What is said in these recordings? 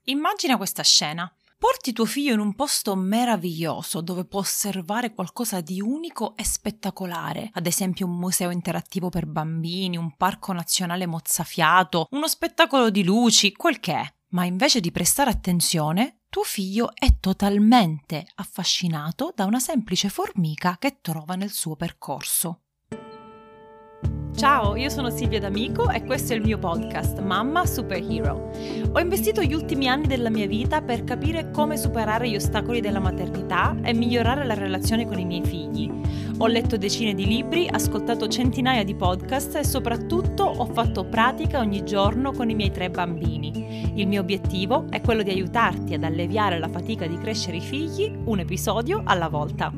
Immagina questa scena. Porti tuo figlio in un posto meraviglioso dove può osservare qualcosa di unico e spettacolare, ad esempio un museo interattivo per bambini, un parco nazionale mozzafiato, uno spettacolo di luci, quel che è. Ma invece di prestare attenzione, tuo figlio è totalmente affascinato da una semplice formica che trova nel suo percorso. Ciao, io sono Silvia D'Amico e questo è il mio podcast Mamma Superhero. Ho investito gli ultimi anni della mia vita per capire come superare gli ostacoli della maternità e migliorare la relazione con i miei figli. Ho letto decine di libri, ascoltato centinaia di podcast e soprattutto ho fatto pratica ogni giorno con i miei 3 bambini. Il mio obiettivo è quello di aiutarti ad alleviare la fatica di crescere i figli un episodio alla volta.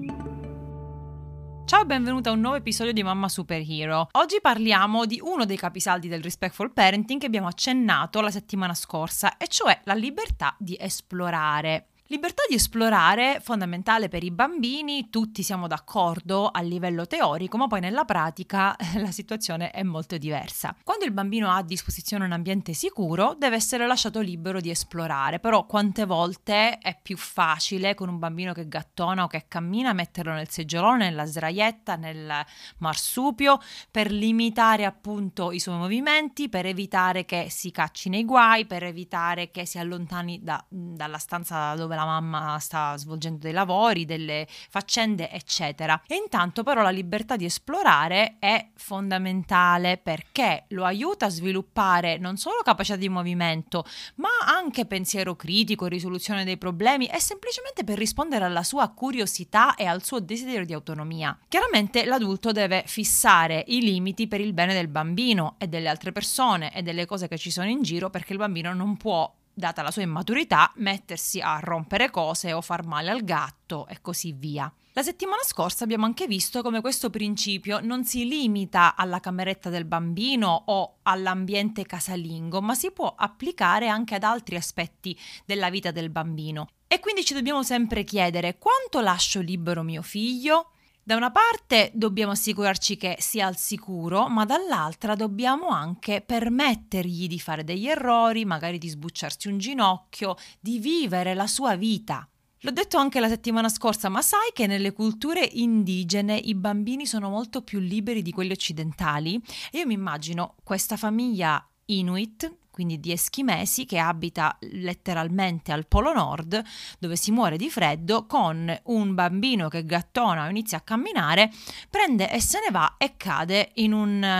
Ciao e benvenuta a un nuovo episodio di Mamma Superhero. Oggi parliamo di uno dei capisaldi del Respectful Parenting che abbiamo accennato la settimana scorsa, e cioè la libertà di esplorare. Libertà di esplorare fondamentale per i bambini, tutti siamo d'accordo a livello teorico, ma poi nella pratica la situazione è molto diversa. Quando il bambino ha a disposizione un ambiente sicuro, deve essere lasciato libero di esplorare, però quante volte è più facile con un bambino che gattona o che cammina metterlo nel seggiolone, nella sdraietta, nel marsupio, per limitare appunto i suoi movimenti, per evitare che si cacci nei guai, per evitare che si allontani dalla stanza dove la mamma sta svolgendo dei lavori, delle faccende, eccetera. E intanto però la libertà di esplorare è fondamentale perché lo aiuta a sviluppare non solo capacità di movimento, ma anche pensiero critico, risoluzione dei problemi e semplicemente per rispondere alla sua curiosità e al suo desiderio di autonomia. Chiaramente l'adulto deve fissare i limiti per il bene del bambino e delle altre persone e delle cose che ci sono in giro, perché il bambino non può, data la sua immaturità, mettersi a rompere cose o far male al gatto e così via. La settimana scorsa abbiamo anche visto come questo principio non si limita alla cameretta del bambino o all'ambiente casalingo, ma si può applicare anche ad altri aspetti della vita del bambino. E quindi ci dobbiamo sempre chiedere: quanto lascio libero mio figlio? Da una parte dobbiamo assicurarci che sia al sicuro, ma dall'altra dobbiamo anche permettergli di fare degli errori, magari di sbucciarsi un ginocchio, di vivere la sua vita. L'ho detto anche la settimana scorsa, ma sai che nelle culture indigene i bambini sono molto più liberi di quelli occidentali? E io mi immagino questa famiglia Inuit, quindi di eschimesi, che abita letteralmente al Polo Nord, dove si muore di freddo, con un bambino che gattona o inizia a camminare, prende e se ne va e cade in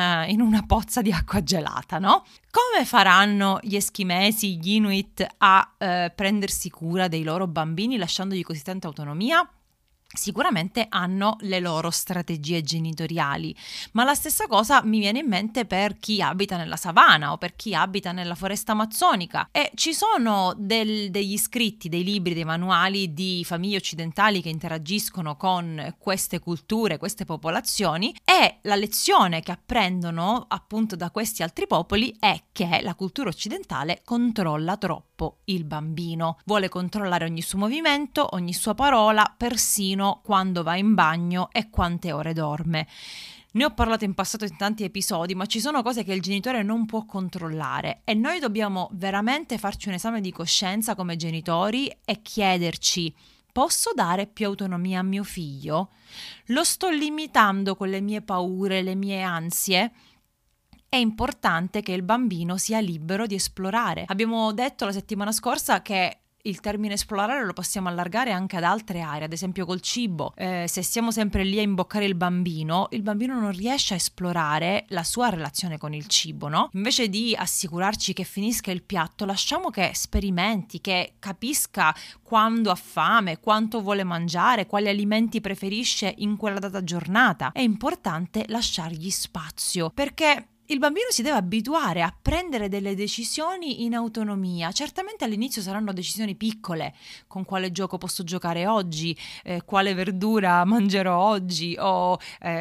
una pozza di acqua gelata, no? Come faranno gli eschimesi, gli Inuit, a prendersi cura dei loro bambini lasciandogli così tanta autonomia? Sicuramente hanno le loro strategie genitoriali, ma la stessa cosa mi viene in mente per chi abita nella savana o per chi abita nella foresta amazzonica, e ci sono degli scritti, dei libri, dei manuali di famiglie occidentali che interagiscono con queste culture, queste popolazioni, e la lezione che apprendono appunto da questi altri popoli è che la cultura occidentale controlla troppo il bambino, vuole controllare ogni suo movimento, ogni sua parola, persino quando va in bagno e quante ore dorme. Ne ho parlato in passato in tanti episodi, ma ci sono cose che il genitore non può controllare e noi dobbiamo veramente farci un esame di coscienza come genitori e chiederci: posso dare più autonomia a mio figlio? Lo sto limitando con le mie paure, le mie ansie? È importante che il bambino sia libero di esplorare. Abbiamo detto la settimana scorsa che il termine esplorare lo possiamo allargare anche ad altre aree, ad esempio col cibo. Se stiamo sempre lì a imboccare il bambino non riesce a esplorare la sua relazione con il cibo, no? Invece di assicurarci che finisca il piatto, lasciamo che sperimenti, che capisca quando ha fame, quanto vuole mangiare, quali alimenti preferisce in quella data giornata. È importante lasciargli spazio, perché il bambino si deve abituare a prendere delle decisioni in autonomia. Certamente all'inizio saranno decisioni piccole: con quale gioco posso giocare oggi, quale verdura mangerò oggi, o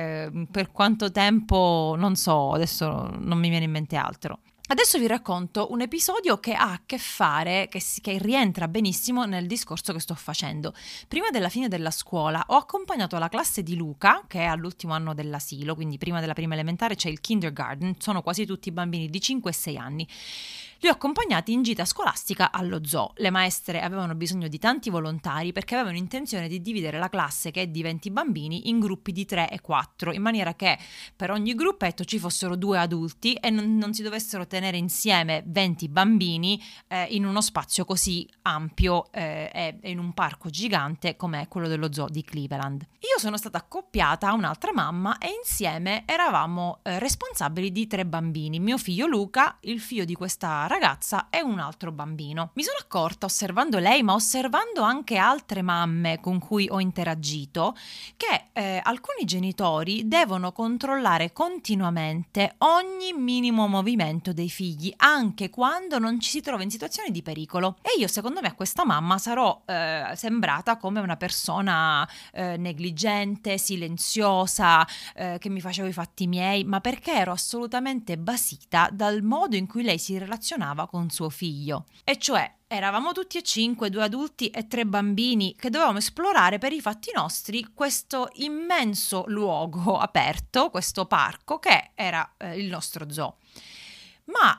per quanto tempo, non so, adesso non mi viene in mente altro. Adesso vi racconto un episodio che ha a che fare, che rientra benissimo nel discorso che sto facendo. Prima della fine della scuola ho accompagnato la classe di Luca, che è all'ultimo anno dell'asilo, quindi prima della prima elementare c'è il kindergarten, sono quasi tutti bambini di 5 e 6 anni. Li ho accompagnati in gita scolastica allo zoo. Le maestre avevano bisogno di tanti volontari perché avevano intenzione di dividere la classe, che è di 20 bambini, in gruppi di 3 e 4, in maniera che per ogni gruppetto ci fossero 2 adulti e non si dovessero tenere insieme 20 bambini in uno spazio così ampio e in un parco gigante come quello dello zoo di Cleveland. Io sono stata accoppiata a un'altra mamma e insieme eravamo responsabili di 3 bambini: mio figlio Luca, il figlio di questa ragazza e un altro bambino. Mi sono accorta, osservando lei, ma osservando anche altre mamme con cui ho interagito, che alcuni genitori devono controllare continuamente ogni minimo movimento dei figli, anche quando non ci si trova in situazioni di pericolo. E io, secondo me, a questa mamma sarò sembrata come una persona negligente, silenziosa, che mi facevo i fatti miei, ma perché ero assolutamente basita dal modo in cui lei si relazionava con suo figlio. E cioè, eravamo tutti e 5, 2 adulti e 3 bambini, che dovevamo esplorare per i fatti nostri questo immenso luogo aperto, questo parco che era il nostro zoo. Ma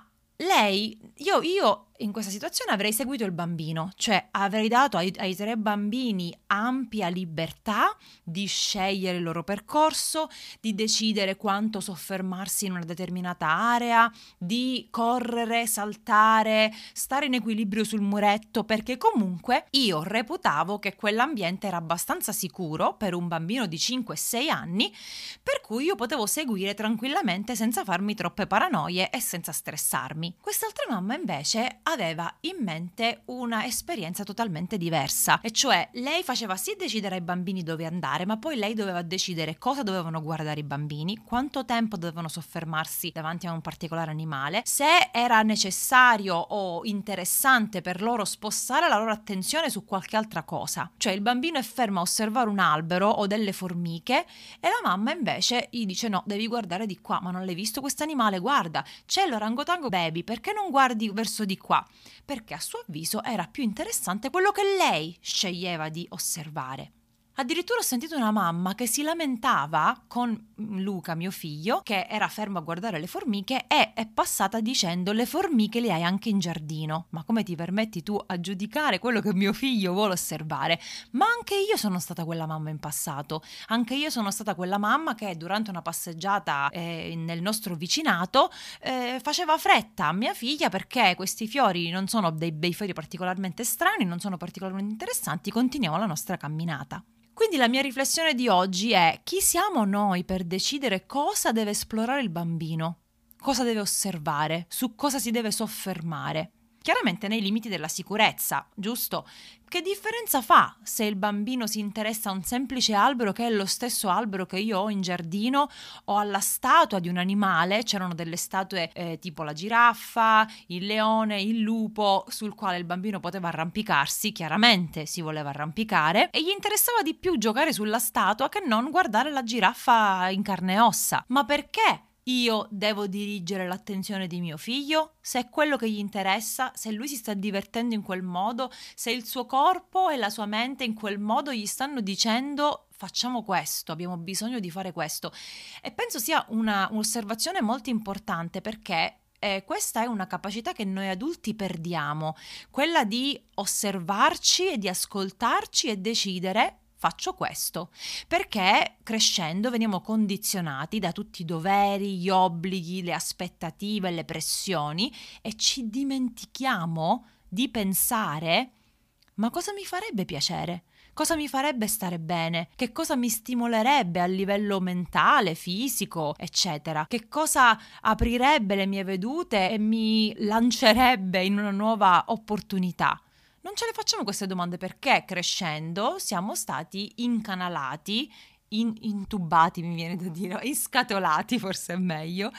io in questa situazione avrei seguito il bambino, cioè avrei dato ai 3 bambini ampia libertà di scegliere il loro percorso, di decidere quanto soffermarsi in una determinata area, di correre, saltare, stare in equilibrio sul muretto, perché comunque io reputavo che quell'ambiente era abbastanza sicuro per un bambino di 5-6 anni, per cui io potevo seguire tranquillamente senza farmi troppe paranoie e senza stressarmi. Quest'altra mamma invece aveva in mente una esperienza totalmente diversa, e cioè lei faceva sì decidere ai bambini dove andare, ma poi lei doveva decidere cosa dovevano guardare i bambini, quanto tempo dovevano soffermarsi davanti a un particolare animale, se era necessario o interessante per loro spostare la loro attenzione su qualche altra cosa. Cioè il bambino è fermo a osservare un albero o delle formiche e la mamma invece gli dice: no, devi guardare di qua. Ma non l'hai visto questo animale? Guarda, c'è l'orangotango baby, perché non guardi verso di qua? Perché a suo avviso era più interessante quello che lei sceglieva di osservare. Addirittura ho sentito una mamma che si lamentava con Luca, mio figlio, che era fermo a guardare le formiche, e è passata dicendo: le formiche le hai anche in giardino. Ma come ti permetti tu a giudicare quello che mio figlio vuole osservare? Ma anche io sono stata quella mamma in passato. Anche io sono stata quella mamma che durante una passeggiata nel nostro vicinato faceva fretta a mia figlia perché questi fiori non sono dei bei fiori particolarmente strani, non sono particolarmente interessanti, continuiamo la nostra camminata. Quindi la mia riflessione di oggi è: chi siamo noi per decidere cosa deve esplorare il bambino, cosa deve osservare, su cosa si deve soffermare? Chiaramente nei limiti della sicurezza, giusto? Che differenza fa se il bambino si interessa a un semplice albero che è lo stesso albero che io ho in giardino, o alla statua di un animale? C'erano delle statue tipo la giraffa, il leone, il lupo, sul quale il bambino poteva arrampicarsi, chiaramente si voleva arrampicare, e gli interessava di più giocare sulla statua che non guardare la giraffa in carne e ossa. Ma perché io devo dirigere l'attenzione di mio figlio? Se è quello che gli interessa, se lui si sta divertendo in quel modo, se il suo corpo e la sua mente in quel modo gli stanno dicendo: facciamo questo, abbiamo bisogno di fare questo. E penso sia un'osservazione molto importante, perché questa è una capacità che noi adulti perdiamo, quella di osservarci e di ascoltarci e decidere: faccio questo, perché crescendo veniamo condizionati da tutti i doveri, gli obblighi, le aspettative, le pressioni, e ci dimentichiamo di pensare: ma cosa mi farebbe piacere? Cosa mi farebbe stare bene? Che cosa mi stimolerebbe a livello mentale, fisico, eccetera? Che cosa aprirebbe le mie vedute e mi lancerebbe in una nuova opportunità? Non ce le facciamo queste domande perché crescendo siamo stati incanalati, intubati, mi viene da dire, inscatolati forse è meglio,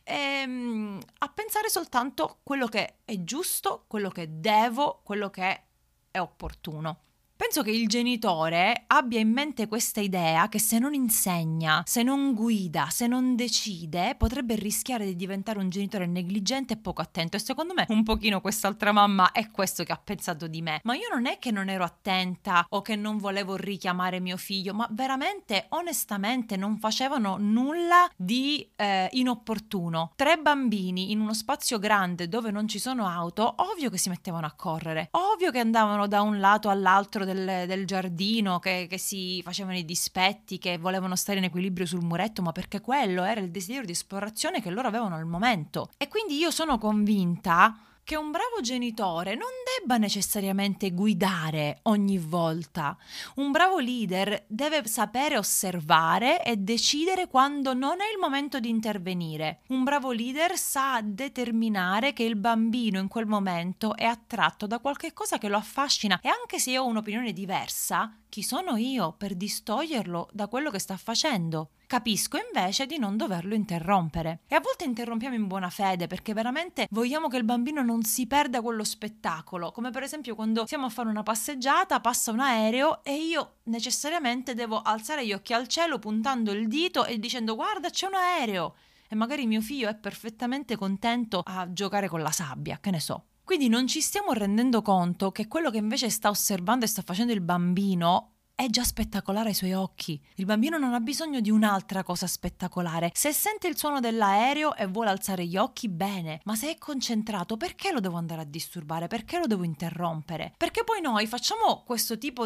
a pensare soltanto quello che è giusto, quello che devo, quello che è opportuno. Penso che il genitore abbia in mente questa idea che se non insegna, se non guida, se non decide, potrebbe rischiare di diventare un genitore negligente e poco attento. E secondo me un pochino quest'altra mamma è questo che ha pensato di me. Ma io non è che non ero attenta o che non volevo richiamare mio figlio, ma veramente, onestamente, non facevano nulla di inopportuno. 3 bambini in uno spazio grande dove non ci sono auto, ovvio che si mettevano a correre, ovvio che andavano da un lato all'altro del giardino, che si facevano i dispetti, che volevano stare in equilibrio sul muretto, ma perché quello era il desiderio di esplorazione che loro avevano al momento. E quindi io sono convinta che un bravo genitore non debba necessariamente guidare ogni volta. Un bravo leader deve sapere osservare e decidere quando non è il momento di intervenire. Un bravo leader sa determinare che il bambino in quel momento è attratto da qualche cosa che lo affascina, e anche se io ho un'opinione diversa, chi sono io per distoglierlo da quello che sta facendo? Capisco invece di non doverlo interrompere. E a volte interrompiamo in buona fede perché veramente vogliamo che il bambino non si perda quello spettacolo, come per esempio quando siamo a fare una passeggiata, passa un aereo e io necessariamente devo alzare gli occhi al cielo puntando il dito e dicendo guarda c'è un aereo, e magari mio figlio è perfettamente contento a giocare con la sabbia, che ne so. Quindi non ci stiamo rendendo conto che quello che invece sta osservando e sta facendo il bambino è già spettacolare ai suoi occhi. Il bambino non ha bisogno di un'altra cosa spettacolare. Se sente il suono dell'aereo e vuole alzare gli occhi, bene, ma se è concentrato, perché lo devo andare a disturbare? Perché lo devo interrompere? Perché poi noi facciamo questo tipo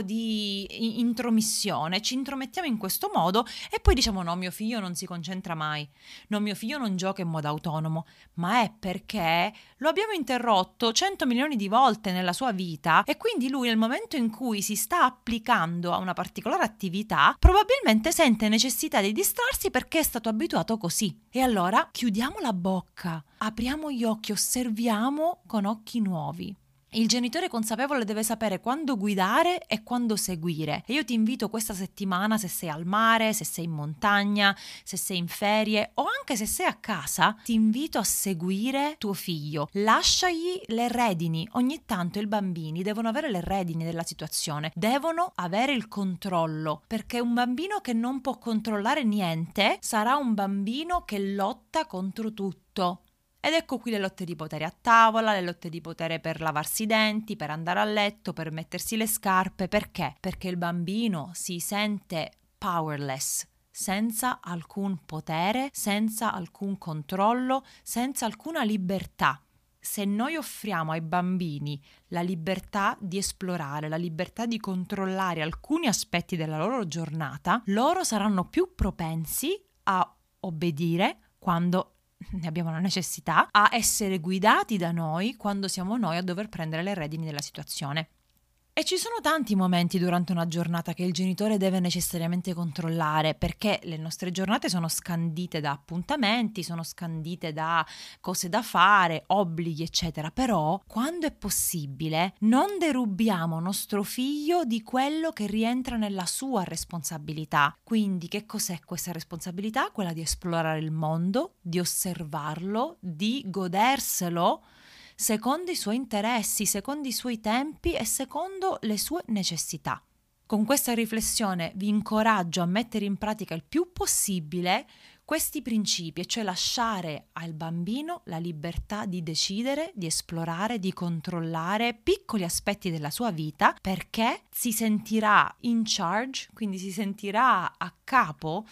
di intromissione, ci intromettiamo in questo modo e poi diciamo no, mio figlio non si concentra mai, no, mio figlio non gioca in modo autonomo, ma è perché lo abbiamo interrotto 100 milioni di volte nella sua vita e quindi lui nel momento in cui si sta applicando a una particolare attività probabilmente sente necessità di distrarsi perché è stato abituato così. E allora chiudiamo la bocca, apriamo gli occhi, osserviamo con occhi nuovi. Il genitore consapevole deve sapere quando guidare e quando seguire. E io ti invito questa settimana, se sei al mare, se sei in montagna, se sei in ferie o anche se sei a casa, ti invito a seguire tuo figlio. Lasciagli le redini. Ogni tanto i bambini devono avere le redini della situazione, devono avere il controllo, perché un bambino che non può controllare niente sarà un bambino che lotta contro tutto. Ed ecco qui le lotte di potere a tavola, le lotte di potere per lavarsi i denti, per andare a letto, per mettersi le scarpe. Perché? Perché il bambino si sente powerless, senza alcun potere, senza alcun controllo, senza alcuna libertà. Se noi offriamo ai bambini la libertà di esplorare, la libertà di controllare alcuni aspetti della loro giornata, loro saranno più propensi a obbedire quando ne abbiamo la necessità, a essere guidati da noi quando siamo noi a dover prendere le redini della situazione. E ci sono tanti momenti durante una giornata che il genitore deve necessariamente controllare, perché le nostre giornate sono scandite da appuntamenti, sono scandite da cose da fare, obblighi, eccetera. Però, quando è possibile, non derubiamo nostro figlio di quello che rientra nella sua responsabilità. Quindi, che cos'è questa responsabilità? Quella di esplorare il mondo, di osservarlo, di goderselo secondo i suoi interessi, secondo i suoi tempi e secondo le sue necessità. Con questa riflessione vi incoraggio a mettere in pratica il più possibile questi principi, e cioè lasciare al bambino la libertà di decidere, di esplorare, di controllare piccoli aspetti della sua vita, perché si sentirà in charge, quindi si sentirà a capo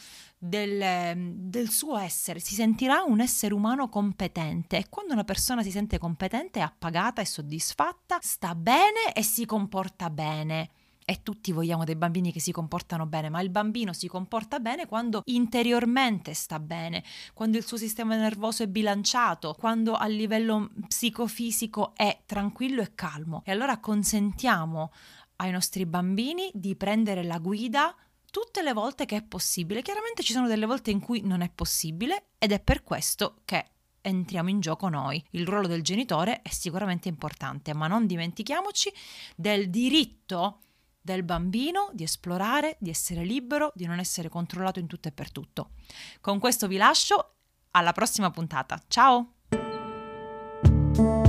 del suo essere, si sentirà un essere umano competente, e quando una persona si sente competente, è appagata, è soddisfatta, sta bene e si comporta bene. E tutti vogliamo dei bambini che si comportano bene, ma il bambino si comporta bene quando interiormente sta bene, quando il suo sistema nervoso è bilanciato, quando a livello psicofisico è tranquillo e calmo. E allora consentiamo ai nostri bambini di prendere la guida tutte le volte che è possibile. Chiaramente ci sono delle volte in cui non è possibile, ed è per questo che entriamo in gioco noi. Il ruolo del genitore è sicuramente importante, ma non dimentichiamoci del diritto del bambino di esplorare, di essere libero, di non essere controllato in tutto e per tutto. Con questo vi lascio, alla prossima puntata. Ciao!